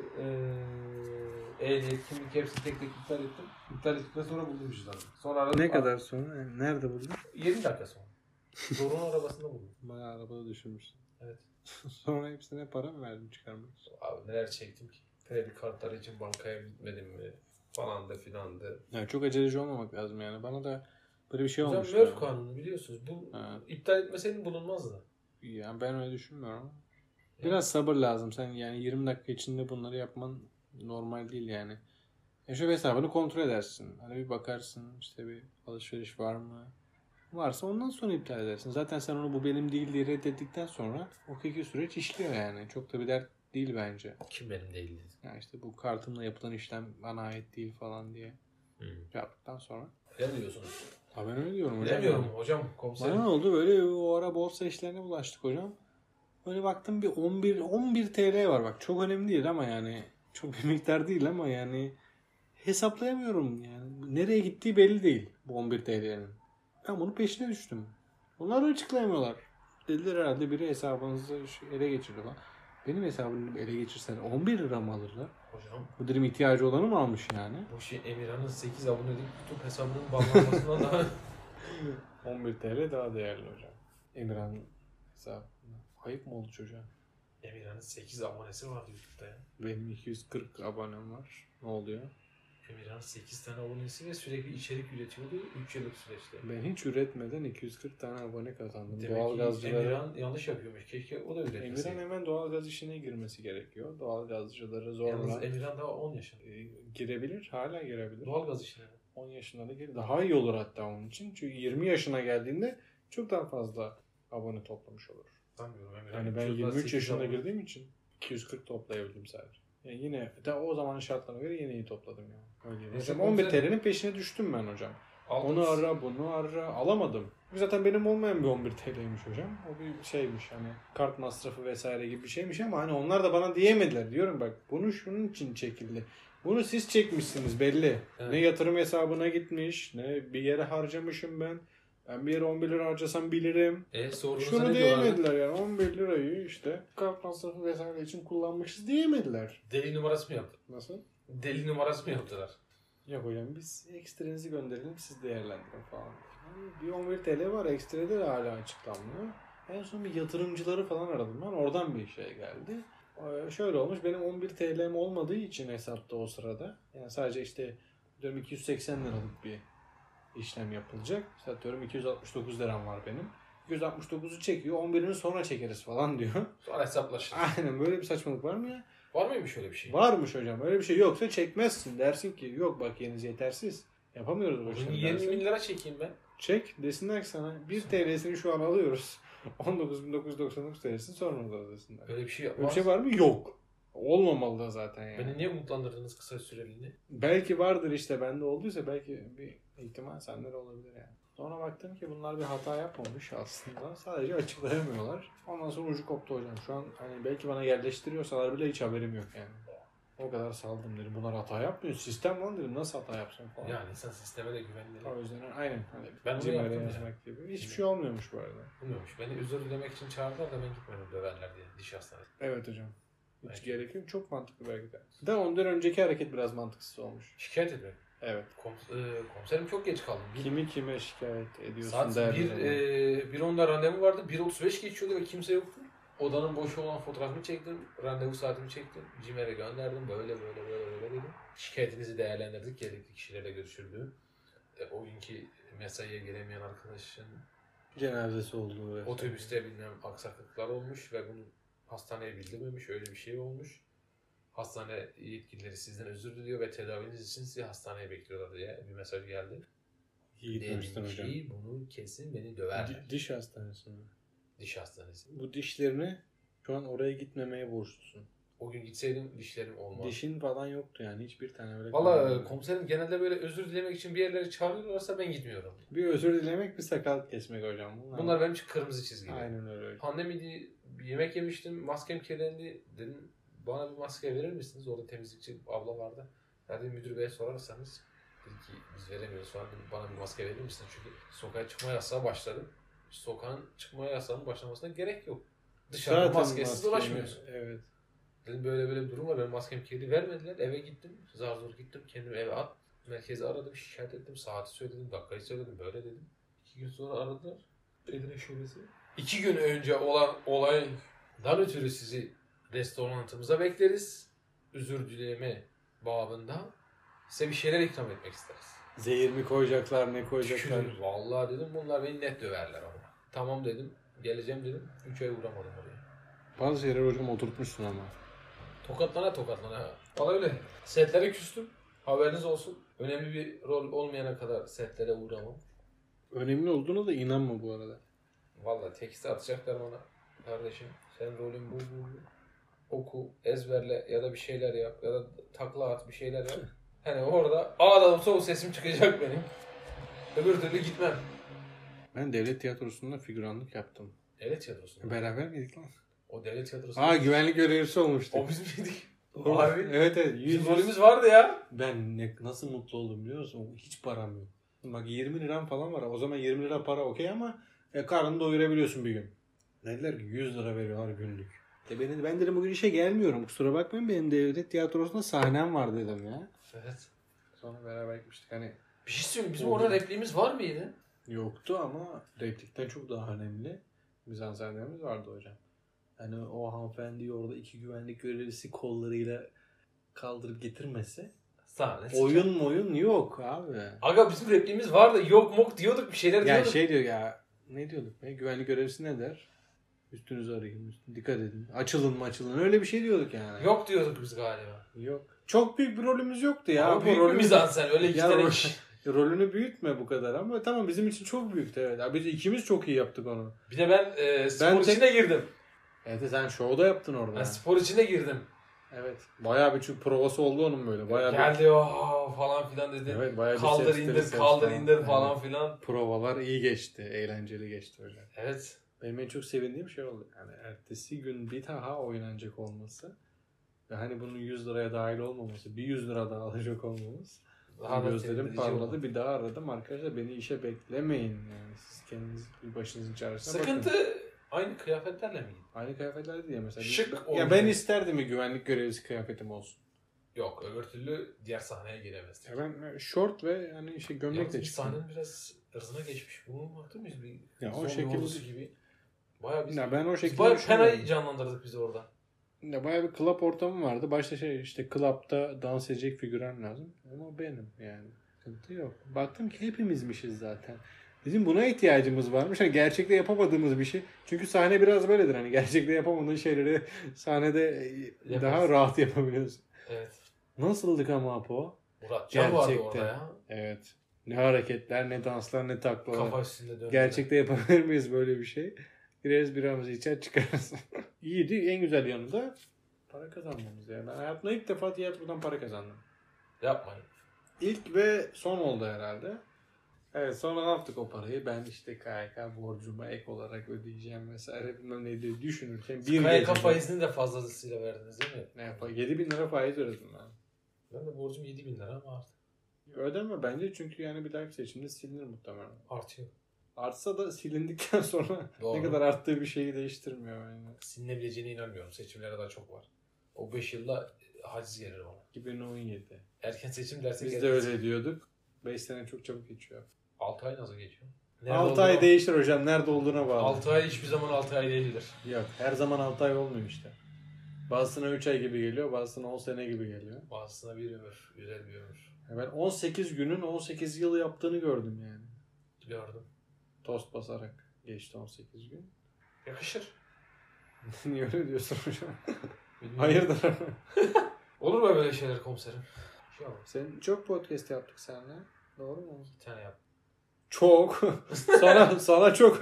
e, ehliyet, kimlik hepsini tek tek iptal ettim. İptal ettikten sonra buldum cüzdanı. Sonra aradım. Ne kadar sonra? Yani nerede buldun? yirmi dakika sonra. Zorun arabasında buldum. Bayağı arabada düşürmüşsün. Evet. Sonra hepsine para mı verdin çıkarmak için? Abi neler çektim ki. Kredi kartları için bankaya gitmedim mi? Falan da filan da. Yani çok aceleci olmamak lazım yani. Bana da böyle bir şey olmuş. Hocam Murphy kanunu biliyorsunuz. Bu Ha. iptal etmeseydin bulunmazdı. Yani ben öyle düşünmüyorum. Biraz sabır lazım. Sen yani yirmi dakika içinde bunları yapman normal değil yani. E şu hesabını kontrol edersin. Hani bir bakarsın işte bir alışveriş var mı? Varsa ondan sonra iptal edersin. Zaten sen onu bu benim değil diye reddettikten sonra hukuki süreç işliyor yani. Çok da bir dert değil bence. Kim benim değildi? Yani işte bu kartımla yapılan işlem bana ait değil falan diye Hmm. yaptıktan sonra. Ne diyorsunuz? Ha ben öyle diyorum hocam. Bilemiyorum hocam komiserim. Bana ne oldu? Böyle o ara borsa işlerine bulaştık hocam. Böyle baktım bir on bir on bir T L var bak. Çok önemli değil ama yani çok bir miktar değil ama yani hesaplayamıyorum yani. Nereye gittiği belli değil bu on bir T L'nin. Ben bunun peşine düştüm. Bunlar açıklayamıyorlar. Dediler herhalde biri hesabınızı ele geçirdi falan. Benim hesabımı ele geçirsen on bir lira mı alırlar? Hocam Bu dedim ihtiyacı olanı mı almış yani? bu şey Emirhan'ın sekiz abonelik YouTube hesabının banlanmasından daha... on bir T L daha değerli hocam. Emirhan hesabı. Ayıp mı oldu çocuğa? Emirhan'ın sekiz abonesi vardı YouTube'da ya. Benim iki yüz kırk abonem var. Ne oluyor? Emirhan'ın sekiz tane abonesi ve sürekli içerik üretiyordu üç yıllık süreçte. Ben hiç üretmeden iki yüz kırk tane abone kazandım. Demek Doğalgazcılara... ki Emirhan yanlış yapıyormuş. Keşke o da üretmeseydi. Emirhan hemen doğalgaz işine girmesi gerekiyor. Doğalgazcıları zorla Yalnız Emirhan daha on yaşında. e, girebilir. Hala girebilir. Doğalgaz işine. on yaşında da gir. Daha iyi olur hatta onun için. Çünkü yirmi yaşına geldiğinde çok daha fazla abone toplamış olur. Sanmıyorum Emirhan. Yani ben Çocuklar yirmi üç sekiz yaşında abone. girdiğim için iki yüz kırk toplayabildim sadece. Yani yine de o zamanın şartlarına göre yine iyi topladım yani. Öyle diyeyim. Hocam on bir T L'nin peşine düştüm ben hocam. Aldınız. Onu ara, bunu ara. Alamadım. Zaten benim olmayan bir on bir T L'ymiş hocam. O bir şeymiş hani kart masrafı vesaire gibi bir şeymiş ama hani onlar da bana diyemediler. Diyorum bak bunu şunun için çekildi. Bunu siz çekmişsiniz belli. Evet. Ne yatırım hesabına gitmiş, ne bir yere harcamışım ben. Ben bir yere on bir lira harcasam bilirim. E sorduğunuzda Şunu ne diyorlardı? diyemediler yani on bir lirayı işte kart masrafı vesaire için kullanmışız diyemediler. Deli numarası mı yaptı? Nasıl? Deli numarası mı yaptılar? Yok hocam biz ekstrenizi gönderelim siz değerlendirin falan. Yani bir on bir T L var ekstrede de hala açıklanmıyor. En son bir yatırımcıları falan aradım ben oradan bir şey geldi. Ee, şöyle olmuş benim on bir T L'm olmadığı için hesapta o sırada. Yani sadece işte diyorum iki yüz seksen liralık bir işlem yapılacak. İşte diyorum iki yüz altmış dokuz liram var benim. iki yüz altmış dokuzu çekiyor. on birini sonra çekeriz falan diyor. Sonra hesaplaşırız. Aynen böyle bir saçmalık var mı ya? Var mıymış öyle bir şey? Varmış hocam. Öyle bir şey yoksa çekmezsin. Dersin ki yok bak yeriniz yetersiz. Yapamıyoruz bu Bugün işleri. yirmi dersin. bin lira çekeyim ben. Çek desinler ki sana bir T L'sini şu an alıyoruz. on dokuz bin dokuz yüz doksan dokuz T L'sini sonra da desinler. Öyle bir şey Öyle bir şey var mı? Yok. Olmamalı da zaten yani. Beni niye umutlandırdınız kısa süreliğine? Belki vardır işte bende olduysa belki bir ihtimal sende de olabilir yani. Sonra baktım ki bunlar bir hata yapmamış aslında. Sadece açıklayamıyorlar. Ondan sonra ucu koptu hocam. Şu an hani belki bana yerleştiriyorsalar bile hiç haberim yok yani. O kadar saldım dedim. Bunlar hata yapmıyor. Sistem lan dedim. Nasıl hata yapsın falan. Yani insan sisteme de güvenli. O yüzden aynen. Hani Ben bunu Gmail'e yaptım yazmak ya. gibi. Hiçbir şey olmuyormuş bu arada. Bilmiyormuş. Beni özür dilemek için çağırdılar da ben gitmedim döverler diye diş hastanesi. Evet hocam. Hiç Belki. gerek yok. Çok mantıklı bir hareket. Da ondan önceki hareket biraz mantıksız olmuş. Şikayet etmek. Evet. Koms- e, komiserim çok geç kaldım. Bir, Kimi kime şikayet ediyorsun saat derdi bir, zaman. e, bir onda randevu vardı. bir otuz beş geçiyordu ve kimse yoktu. Odanın boş olan fotoğrafını çektim. Randevu saatimi çektim. Cimer'e gönderdim. Böyle böyle böyle böyle dedim. Şikayetinizi değerlendirdik. Gerekli kişilerle görüşüldü. E, o günkü mesaiye gelemeyen arkadaşın Cenazesi olduğu vesaire. otobüste bilmem aksaklıklar olmuş ve bunu hastaneye bildirmemiş. Öyle bir şey olmuş. Hastane yetkilileri sizden özür diliyor ve tedaviniz için sizi hastaneye bekliyorlar diye bir mesaj geldi. İyi gitmemiştin Dedim hocam. ki bunu kesin beni döverler. Di- diş hastanesi mi? Diş hastanesi. Bu dişlerini şu an oraya gitmemeye borçlusun. O gün gitseydim dişlerim olmaz. Dişin falan yoktu yani. Hiçbir tane öyle. Valla kalmadı. komiserim genelde böyle özür dilemek için bir yerlere çağırıyorlarsa ben gitmiyorum. Bir özür dilemek, bir sakal kesmek hocam. Bunlar, Bunlar benim için kırmızı çizgi. aynen öyle. Pandemiydi, bir yemek yemiştim, maskem kirlendi. Dedim bana bir maske verir misiniz? Orada temizlikçi abla vardı. Ya dedim müdür beye sorarsanız. Dedi ki biz veremiyoruz falan. Dedim, bana bir maske verir misiniz? Çünkü sokağa çıkma yasağı başladı. Sokağın çıkma yasağının başlamasına gerek yok. Dışarıda Zaten maskesiz maske- dolaşmıyorsun. Evet. Dedim böyle böyle bir durum var. Benim maskem kirli, vermediler. Eve gittim. Zar zor gittim. Kendimi eve at. Merkezi aradım. Şikayet ettim. Saati söyledim. Dakikayı söyledim. Böyle dedim. İki gün sonra aradılar. Edirne şubesi. İki gün önce olan olaydan ötürü sizi restoranımıza bekleriz. Özür dileme babında size bir şeyler ikram etmek isteriz. Zehir mi koyacaklar, ne koyacaklar? Tükürün. Vallahi dedim bunlar beni net döverler ama. Tamam dedim. Geleceğim dedim. Üç ay uğramadım oraya. Bazı şeyleri hocam oturtmuşsun ama. Tokatlana tokatlana. Valla öyle. Setlere küstüm. Haberiniz olsun. Önemli bir rol olmayana kadar setlere uğramam. Önemli olduğuna da inanma bu arada. Valla tekste atacaklar bana. Kardeşim senin rolün bu bu bu. Oku, ezberle ya da bir şeyler yap ya da takla at bir şeyler yap. Hani orada ağladım soğuk sesim çıkacak benim. Öbür türlü gitmem. Ben devlet tiyatrosunda figüranlık yaptım. Devlet tiyatrosu. Beraber miydik lan? O devlet tiyatrosu. Aa güvenlik görevlisi olmuştuk. O biz miydik? Doğru. Abi. Evet evet. Bizim Yüz rolümüz vardı ya. Ben ne, nasıl mutlu oldum biliyor musun? Hiç param yok. Bak yirmi liram falan var. O zaman yirmi lira para okey ama e, karnını doyurabiliyorsun bir gün. Dediler ki yüz lira veriyorlar günlük. E ben, ben dedim bugün işe gelmiyorum. Kusura bakmayın benim devlet tiyatrosunda sahnem var dedim ya. Evet. Sonra beraber gitmiştik. Hani Bir şey söyleyeyim. Bizim Oldu. orada repliğimiz var mıydı? yoktu ama replikten çok daha önemli. Mizansenlerimiz vardı hocam. Hani o hanımefendiyi orada iki güvenlik görevlisi kollarıyla kaldırıp getirmese Sahne. oyun moyun yok abi. Aga bizim repliğimiz vardı. Yok mok diyorduk bir şeyler Ya diyorduk. şey diyor ya ne diyorduk be güvenlik görevlisi ne der? Üstünüzü arayın, üstünü dikkat edin. Açılın mı açılın öyle bir şey diyorduk yani. Yok diyorduk biz galiba. Yok. Çok büyük bir rolümüz yoktu ya. Ya Bu büyük bir rolümüz- mizansen öyle iki Ya tane rol- kişi. Rolünü büyütme bu kadar ama tamam bizim için çok büyüktü evet. Ya biz ikimiz çok iyi yaptık onu. Bir de ben e, spor Ben tek- içine girdim. Evet sen şovda yaptın orada. Ben spor içine girdim. Evet. Bayağı bir çünkü provası oldu onun böyle. Bayağı bir... Geldi o falan filan dedi. Evet, bayağı bir kaldır sesleri, indir ses kaldır falan. indir Evet. falan filan. Provalar iyi geçti. Eğlenceli geçti hocam. Evet. Benim en çok sevindiğim şey oldu. Yani ertesi gün bir daha oynanacak olması ve hani bunun yüz liraya dahil olmaması, bir yüz lira daha alacak olmamız. Daha da Gözlerim sevindirici parladı. oldu. Bir daha aradım. Arkadaşlar beni işe beklemeyin. Yani siz kendiniz bir başınızın çaresine Sıkıntı bakın. aynı kıyafetlerle mi? Aynı kıyafetler diye mesela. Şık ya olacak. ben isterdim bir güvenlik görevlisi kıyafetim olsun. Yok öbür türlü diğer sahneye giremezdik. Ya ben şort ve hani işte gömlek Yalnız de biz çıktım. sahnenin biraz ırzına geçmiş. Bunu baktın mıyız? Bir Ya o zombi şekilde- ordusu gibi. Bayağı biz, Ya ben o biz şekilde bayağı düşünüyorum. penayı canlandırdık biz orada. Ya bayağı bir club ortamı vardı. Başta şey işte club'da dans edecek figüran lazım. Ama benim yani. Sıkıntı yok. Baktım ki hepimizmişiz zaten. Bizim buna ihtiyacımız varmış. Hani gerçekte yapamadığımız bir şey. Çünkü sahne biraz böyledir. Hani gerçekte yapamadığın şeyleri sahnede Yaparsın. daha rahat yapabiliyorsun. Evet. Nasıldık ama Apo? Murat Can vardı Gerçekten. orada ya. Evet. Ne hareketler, ne danslar, ne taklalar. Kafa üstünde döndü. Gerçekte yapabilir miyiz böyle bir şey? Gireriz biramızı içer çıkarız. İyiydi. En güzel yanı da para kazanmamız yani. Ben hayatımda ilk defa tiyatrodan para kazandım. Yapmayın. İlk ve son oldu herhalde. Evet, sonra ne yaptık o parayı? Ben işte K Y K borcuma ek olarak ödeyeceğim vesaire bilmem ne diye düşünürken bir K Y K gecede- faizini de fazlasıyla verdiniz değil mi? Ne yapayım? yedi bin lira faiz ödedim ben. Ben de borcum yedi bin lira ama artık Ödeme bence çünkü yani bir dahaki seçimde silinir muhtemelen. artıyor. Artsa da silindikten sonra Doğru. ne kadar arttığı bir şeyi değiştirmiyor yani. Silinebileceğine inanmıyorum. Seçimlere daha çok var. O beş yılda haciz gelir ona. iki bin on yedi. Erken seçim dersek Biz de öyle diyorduk. beş sene çok çabuk geçiyor. altı ay nasıl geçiyor? altı ay değişir hocam. Nerede olduğuna bağlı. altı ay hiçbir zaman altı ay değildir. Yok. Her zaman altı ay olmuyor işte. Bazısına üç ay gibi geliyor. Bazısına on sene gibi geliyor. Bazısına bir ömür. Güzel bir ömür. Ben on sekiz günün on sekiz yıl yaptığını gördüm yani. Gördüm. Tost basarak geçti on sekiz gün. Yakışır. Niye öyle diyorsun hocam? Bilmiyorum. Hayırdır? Olur mu böyle şeyler komiserim? Şu an Sen çok podcast yaptık seninle. Doğru mu? bir tane yap. Çok. sana sana çok.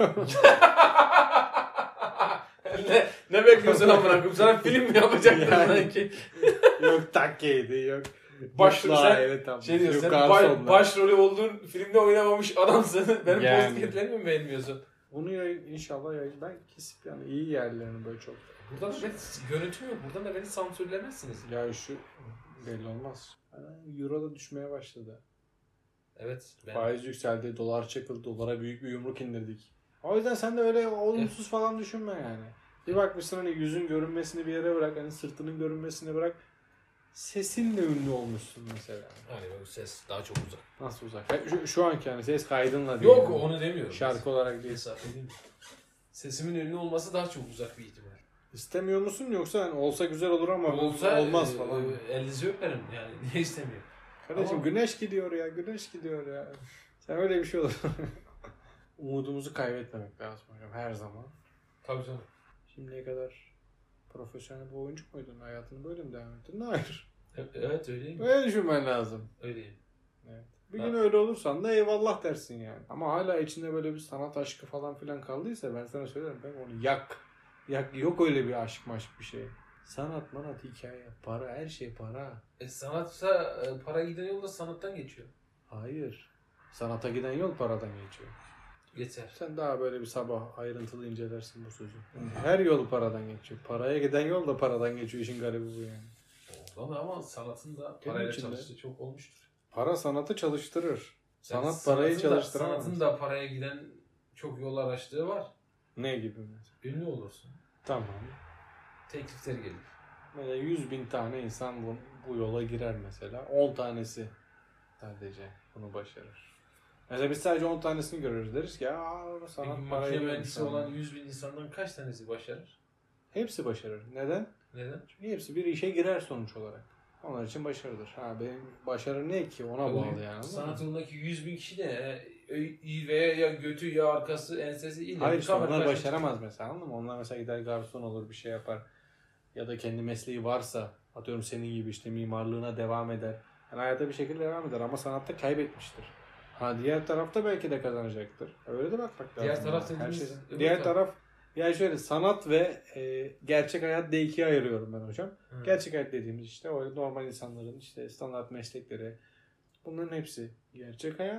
ne, ne bekliyorsun amına koyayım? Sana film mi yapacaktın Yani. sanki? Yok takkeydi yok. Başrol Mutlu sen aile tam. şey diyorsun Yok, sen garsonlar. baş, başrolü olduğun filmde oynamamış adamsın. Benim Yani. podcastlerimi mi beğenmiyorsun? Bunu yayın, inşallah yayın. Ben kesip yani iyi yerlerini böyle çok. Buradan da beni görüntü yok. Buradan da beni sansürlemezsiniz. Ya şu belli olmaz. Ha, Euro da düşmeye başladı. Evet. Ben... Faiz yükseldi, dolar çakıldı, dolara büyük bir yumruk indirdik. O yüzden sen de öyle olumsuz falan düşünme yani. Bir bakmışsın hani yüzün görünmesini bir yere bırak, hani sırtının görünmesini bırak. Sesinle ünlü olmuşsun mesela. Hani bu ses daha çok uzak. Nasıl uzak? Ya Şu, şu anki yani ses kaydınla değil. Yok yani. onu demiyorum. Şarkı olarak değil. Mesafe değil. Sesimin ünlü olması daha çok uzak bir ihtimal. İstemiyor musun yoksa hani olsa güzel olur ama Olsa olmaz e, falan. E, elinizi öperim yani. Niye istemiyorum? Kardeşim Ama- güneş gidiyor ya, güneş gidiyor ya. Sen öyle bir şey olur. Umudumuzu kaybetmemek lazım hocam her zaman. Tabii canım. Şimdiye kadar profesyonel bir oyuncu muydun? Hayatını böyle mi devam ettin? Hayır. Evet öyleyim. Öyle düşünmen lazım. Öyleyim. Evet. Bir Ha. gün öyle olursan da eyvallah dersin yani. Ama hala içinde böyle bir sanat aşkı falan filan kaldıysa ben sana söylerim. Ben onu yak. Yak. Yok öyle bir aşk maşk bir şey. Sanat manat hikaye. Para. Her şey para. E, sanatsa e, para giden yol da sanattan geçiyor. Hayır. Sanata giden yol paradan geçiyor. Yeter. Sen daha böyle bir sabah ayrıntılı incelersin bu sözü. Her yol paradan geçiyor. Paraya giden yol da paradan geçiyor. İşin garibi bu yani. Ama, ama sanatın da Benim parayla için de. çalıştığı çok olmuştur. Para sanatı çalıştırır. Yani Sanat parayı sanatın da- çalıştıramaz. Sanatın da paraya giden çok yol araçlığı var. Ne gibi mesela? Ünlü olursun. Tamam. Teklifler gelir. Mesela yüz bin tane insan bu, bu yola girer mesela. on tanesi sadece bunu başarır. Mesela biz sadece on tanesini görürüz. Deriz ki aa sanat Peki parayı makine mühendisi falan." olan yüz bin insandan kaç tanesi başarır? Hepsi başarır. Neden? Neden? Çünkü hepsi bir işe girer sonuç olarak. Onlar için başarıdır. Ha benim başarı ne ki ona bağlı yani. anladın Sanat mı? yolundaki yüz bin kişi de e, iyi veya ya götü ya arkası ensesi iyi. Hayır işte onlar başaramaz mesela anladın mı? Onlar mesela gider garson olur bir şey yapar. Ya da kendi mesleği varsa atıyorum senin gibi işte mimarlığına devam eder. Yani hayata bir şekilde devam eder ama sanatta kaybetmiştir. Ha diğer tarafta belki de kazanacaktır. Öyle de bakmak lazım. Diğer taraf yani. Her dediğimiz şeyden. öbür Diğer taraf. taraf yani şöyle sanat ve e, gerçek hayat diye ikiye ayırıyorum ben hocam. Hı. Gerçek hayat dediğimiz işte o normal insanların işte standart meslekleri bunların hepsi gerçek hayat.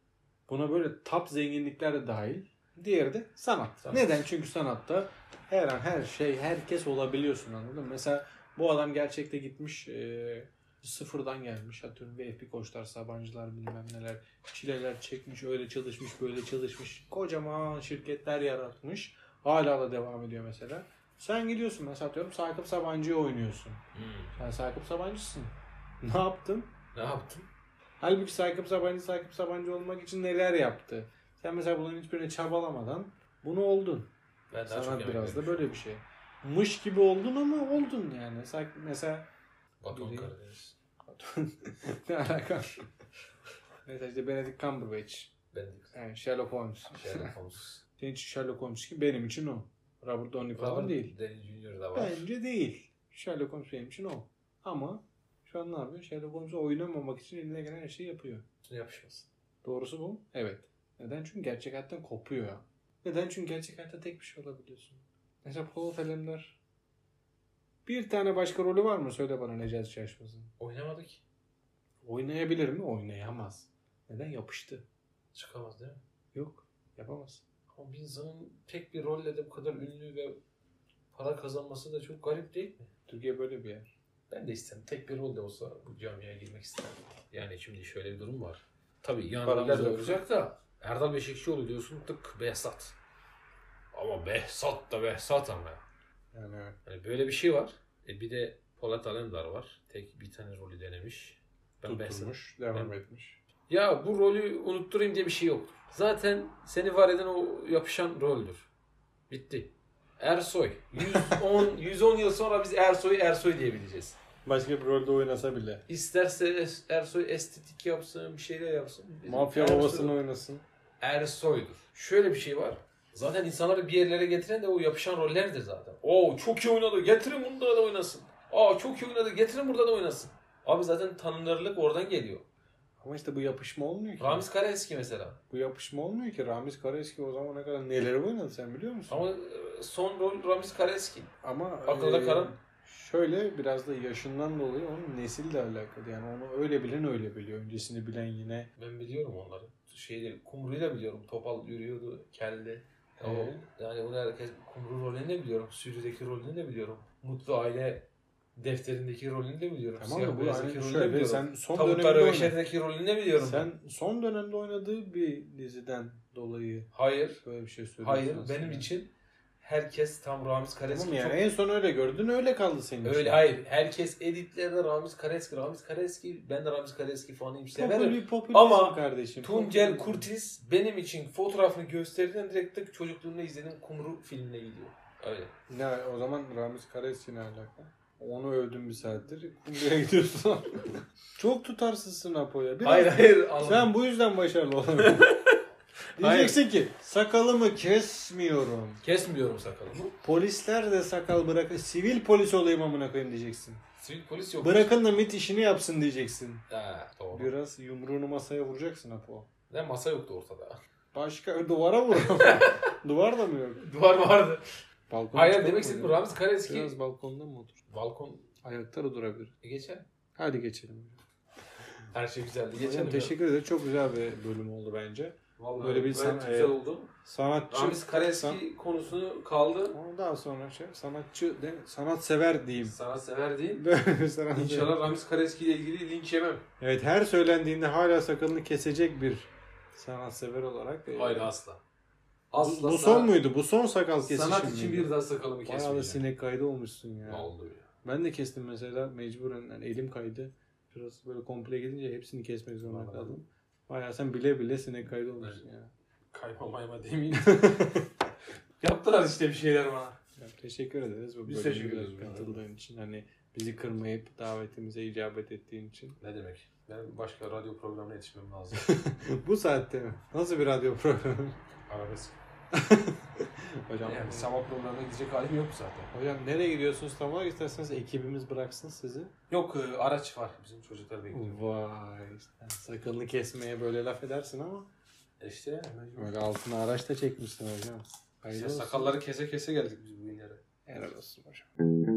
Buna böyle top zenginlikler de dahil. Diğeri de sanat. Sanat. Neden? Çünkü sanatta her an her şey herkes olabiliyorsun anladın mı? Mesela bu adam gerçekte gitmiş e, sıfırdan gelmiş. Atıyorum V F koçlar, Sabancılar bilmem neler. Çileler çekmiş, öyle çalışmış, böyle çalışmış. Kocaman şirketler yaratmış. Hala da devam ediyor mesela. Sen gidiyorsun mesela atıyorum Sakıp Sabancı'yı oynuyorsun. Hmm. Sen Sakıp Sabancı'sın. Ne yaptın? Ne yaptın? Halbuki Sakıp Sabancı Sakıp Sabancı olmak için neler yaptı? Sen mesela bunların hiçbirine çabalamadan bunu oldun. Ben daha Sanat çok biraz da yemek böyle bir şey. Mış gibi oldun ama oldun yani. Sak- Mesela Baton Biri- Karadeniz. ne alaka? Mesela işte Benedict Cumberbatch Benedict. Yani Sherlock Holmes. Sherlock Holmes. Senin için Sherlock Holmes kim? Benim için o. Robert Downey falan Robert değil. Downey Junior da var. Bence değil. Sherlock Holmes benim için o. Ama şu an ne yapıyor? Sherlock Holmes'u oynamamak için eline gelen her şeyi yapıyor. Üstüne yapışmasın. Doğrusu bu. Evet. Neden? Çünkü gerçek hayattan kopuyor ya. Neden? Çünkü gerçek hayatta tek bir şey olabiliyorsun. Mesela Polat Alemdar. Bir tane başka rolü var mı? Söyle bana Necati Şaşmaz'ın. Oynamadı ki. Oynayabilir mi? Oynayamaz. Neden? Yapıştı. Çıkamaz değil mi? Yok. Yapamaz. Ama bir insanın tek bir rolle de bu kadar ünlü ve para kazanması da çok garip değil mi? Türkiye böyle bir yer. Ben de isterim. Tek bir rol de olsa bu camiaya girmek isterim. Yani şimdi şöyle bir durum var. Tabii yan Paramız roller de yok. olacak da Erdal Beşikçioğlu diyorsun tık Behzat. Ama Behzat da Behzat ama. Yani evet. Yani böyle bir şey var. E bir de Polat Alemdar var. Tek bir tane rolü denemiş. Ben Behzat. Tutturmuş, devam Ben- etmiş. Ya bu rolü unutturayım diye bir şey yoktur. Zaten seni var eden o yapışan roldür. Bitti. Ersoy. yüz on yüz on yıl sonra biz Ersoy'u Ersoy diye bileceğiz. Başka bir rolde oynasa bile. İsterse Es- Ersoy estetik yapsın, bir şeyler yapsın. Bizim Mafya Ersoy- babasını oynasın. Ersoy'dur. Şöyle bir şey var. Zaten insanları bir yerlere getiren de o yapışan rollerdir zaten. Oo çok iyi oynadı. Getirin bunda da oynasın. Aa çok iyi oynadı. Getirin burada da oynasın. Abi zaten tanınırlık oradan geliyor. Ama işte bu yapışma olmuyor ki. Ramiz Karaeski mesela. Bu yapışma olmuyor ki. Ramiz Karaeski o zamana kadar neler oynadı sen biliyor musun? Ama e, son rol Ramiz Karaeski. Ama Akılda e, kalan. şöyle biraz da yaşından dolayı onun nesille alakalı. Yani onu öyle bilen öyle biliyor. Öncesini bilen yine. Ben biliyorum onları. Şeyleri, Kumru'yu da biliyorum. Topal yürüyordu, keldi. O, Evet. yani bunu herkes Kumru rolünü de biliyorum. Sürüdeki rolünü de biliyorum. Mutlu Aile defterindeki rolünü de biliyorum. Tamam Siyah mı? Bu Beyaz'daki hani rolünü de şöyle biliyorum. sen son Tavuklar dönemde ve oyna. Şehir'deki rolünü de biliyorum. Sen son dönemde oynadığı bir diziden dolayı Hayır. böyle bir şey söylüyorsun. Hayır. aslında. Benim için herkes tam Ramiz Karaeski. Tamam yani çok... en son öyle gördün öyle kaldı senin için. Öyle hayır. Herkes editlerde Ramiz Karaeski, Ramiz Karaeski. Ben de Ramiz Karaeski fanıyım. Severim. Popüli, popülizm Ama kardeşim. Tuncel popülizm. Kurtiz benim için fotoğrafını gösterdiğinden direkt tık çocukluğumda izlediğim Kumru filmine gidiyor. Öyle. Ne o zaman Ramiz Karaeski ne alaka? Onu övdüm bir saattir. Kumru'ya gidiyorsun. Çok tutarsızsın Apo'ya. Biraz Hayır hayır. Anladım. sen bu yüzden başarılı olamıyorsun. Diyeceksin ki sakalımı kesmiyorum. Kesmiyorum sakalı. Polisler de sakal bırakın. Sivil polis olayım amına koyayım diyeceksin. Sivil polis yok. Bırakın da MİT işini yapsın diyeceksin. Ha, doğru. Biraz yumruğunu masaya vuracaksın Apo. Ne masa yoktu ortada. Başka duvara vur. Duvar da mı yok? Duvar vardı. Balkona Hayır çıkalım demek mı istediğim ya? Ramiz Karaeski. Biraz balkonda mı otur? Balkon Ayakta da durabilir. E, geçer. Hadi geçelim. Her şey güzeldi. Hocam Geçelim. teşekkür ederim. Çok güzel bir bölüm oldu bence. Vallahi Böyle bir gayet san- güzel e, oldu. Sanatçı. Ramiz Karaeski san- konusunu kaldı. Ondan sonra şey, sanatçı, de, sanatsever diyeyim. Sanat sever değil. Böyle sanatsever. İnşallah Ramiz Karaeski ile ilgili linç yemem. Evet her söylendiğinde hala sakalını kesecek bir sanatsever olarak. e, Hayır asla. Bu, Asla. bu son muydu? Bu son sakal kesişim Sanat için miydi? bir daha sakalımı Bayağı da kesmeyeceğim. sinek kaydı olmuşsun ya. Ne oldu ya? Ben de kestim mesela mecburen. Yani elim kaydı. Biraz böyle komple gidince hepsini kesmek zorunda Vallahi. kaldım. Bayağı sen bile bile sinek kaydı olmuşsun ya. Kayma mayma demeyeyim. Yaptılar işte bir şeyler bana. Ya, teşekkür ederiz bu Biz bölüme teşekkür ederiz. katıldığın için. Hani bizi kırmayıp davetimize icabet ettiğin için. Ne demek? Ben başka radyo programına yetişmem lazım. Bu saatte mi? Nasıl bir radyo programı? Arabesk. Hocam, Yani sabah programına gidecek halim yok zaten. hocam nereye gidiyorsunuz tam olarak? İsterseniz ekibimiz bıraksın sizi. Yok e, araç var. Bizim çocuklar bekliyor. Vay. Sen sakalını kesmeye böyle laf edersin ama. E İşte yani. Böyle altına araç da çekmişsin hocam. Hayırlı İşte olsun. sakalları kese kese geldik biz bugün yere. Helal olsun hocam.